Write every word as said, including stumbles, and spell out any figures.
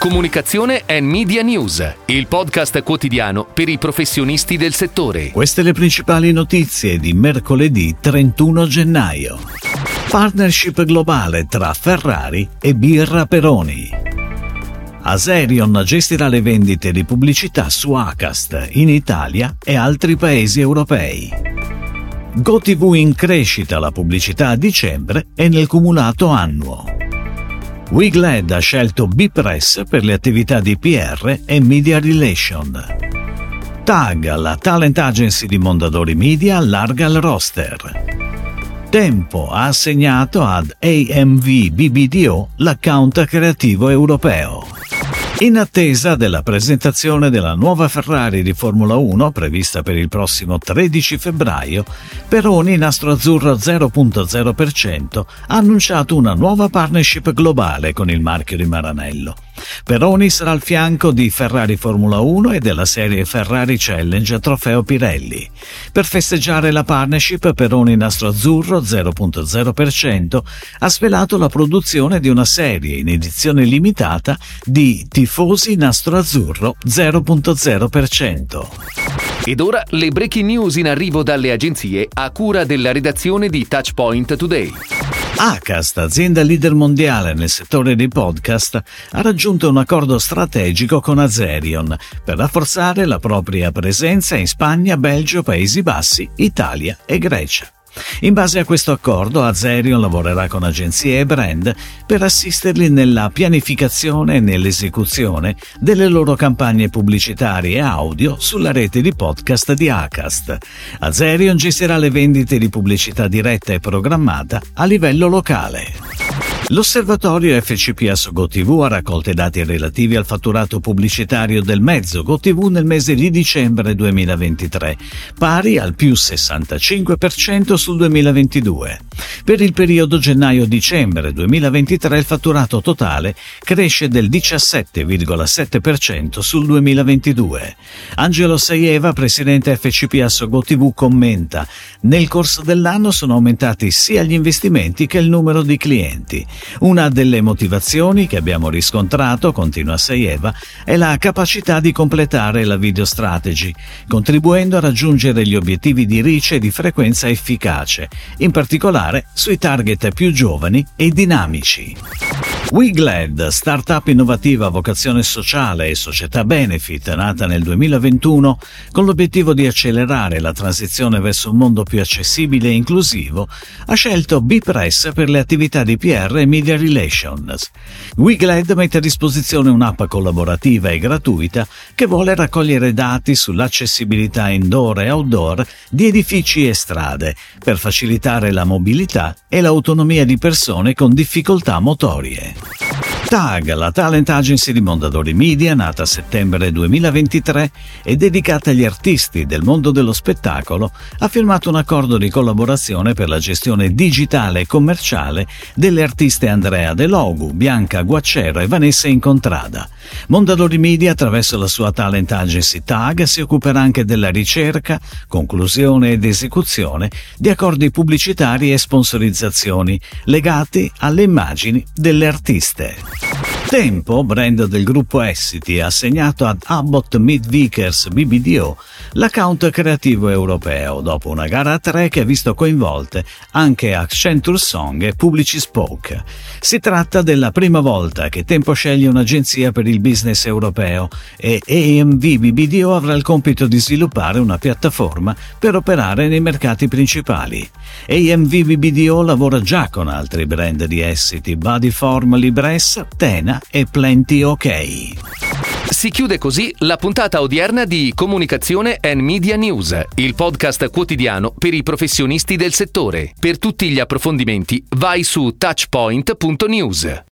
Comunicazione and Media News, il podcast quotidiano per i professionisti del settore. Queste le principali notizie di mercoledì trentuno gennaio. Partnership globale tra Ferrari e Birra Peroni. Aserion gestirà le vendite di pubblicità su Acast in Italia e altri paesi europei. GoTV in crescita la pubblicità a dicembre e nel cumulato annuo. WeGlad ha scelto B-Press per le attività di P R e Media Relation. Tag, la talent agency di Mondadori Media, allarga il roster. Tempo ha assegnato ad A M V B B D O l'account creativo europeo. In attesa della presentazione della nuova Ferrari di Formula uno, prevista per il prossimo tredici febbraio, Peroni Nastro Azzurro zero virgola zero per cento ha annunciato una nuova partnership globale con il marchio di Maranello. Peroni sarà al fianco di Ferrari Formula uno e della serie Ferrari Challenge Trofeo Pirelli. Per festeggiare la partnership, Peroni Nastro Azzurro zero virgola zero per cento ha svelato la produzione di una serie in edizione limitata di Tifosi Nastro Azzurro zero virgola zero per cento. Ed ora le breaking news in arrivo dalle agenzie a cura della redazione di Touchpoint Today. Acast, azienda leader mondiale nel settore dei podcast, ha raggiunto un accordo strategico con Aserion per rafforzare la propria presenza in Spagna, Belgio, Paesi Bassi, Italia e Grecia. In base a questo accordo, Aserion lavorerà con agenzie e brand per assisterli nella pianificazione e nell'esecuzione delle loro campagne pubblicitarie e audio sulla rete di podcast di Acast. Aserion gestirà le vendite di pubblicità diretta e programmata a livello locale. L'osservatorio F C P S GoTV ha raccolto i dati relativi al fatturato pubblicitario del mezzo GoTV nel mese di dicembre duemilaventitré, pari al più sessantacinque per cento sul duemilaventidue. Per il periodo gennaio-dicembre duemilaventitré il fatturato totale cresce del diciassette virgola sette per cento sul duemilaventidue. Angelo Saieva, presidente F C P S GoTV, commenta: nel corso dell'anno sono aumentati sia gli investimenti che il numero di clienti. Una delle motivazioni che abbiamo riscontrato, continua Saieva, è la capacità di completare la video strategy, contribuendo a raggiungere gli obiettivi di reach e di frequenza efficace, in particolare sui target più giovani e dinamici. WeGlad, startup innovativa a vocazione sociale e società benefit, nata nel duemilaventuno con l'obiettivo di accelerare la transizione verso un mondo più accessibile e inclusivo, ha scelto B-Press per le attività di P R e Media Relations. WeGlad mette a disposizione un'app collaborativa e gratuita che vuole raccogliere dati sull'accessibilità indoor e outdoor di edifici e strade per facilitare la mobilità e l'autonomia di persone con difficoltà motorie. Tag, la talent agency di Mondadori Media, nata a settembre duemilaventitré e dedicata agli artisti del mondo dello spettacolo, ha firmato un accordo di collaborazione per la gestione digitale e commerciale delle artiste Andrea De Logu, Bianca Guaccero e Vanessa Incontrada. Mondadori Media, attraverso la sua talent agency Tag, si occuperà anche della ricerca, conclusione ed esecuzione di accordi pubblicitari e sponsorizzazioni legati alle immagini delle artiste. Tempo, brand del gruppo Essity, ha assegnato ad Abbott Mead Vickers B B D O l'account creativo europeo dopo una gara a tre che ha visto coinvolte anche Accenture Song e Publicispoke. Si tratta della prima volta che Tempo sceglie un'agenzia per il business europeo e A M V B B D O avrà il compito di sviluppare una piattaforma per operare nei mercati principali. A M V B B D O lavora già con altri brand di Essity, Bodyform, Libresse, Tena e Plenty OK. Si chiude così la puntata odierna di Comunicazione and Media News, il podcast quotidiano per i professionisti del settore. Per tutti gli approfondimenti vai su touchpoint punto news.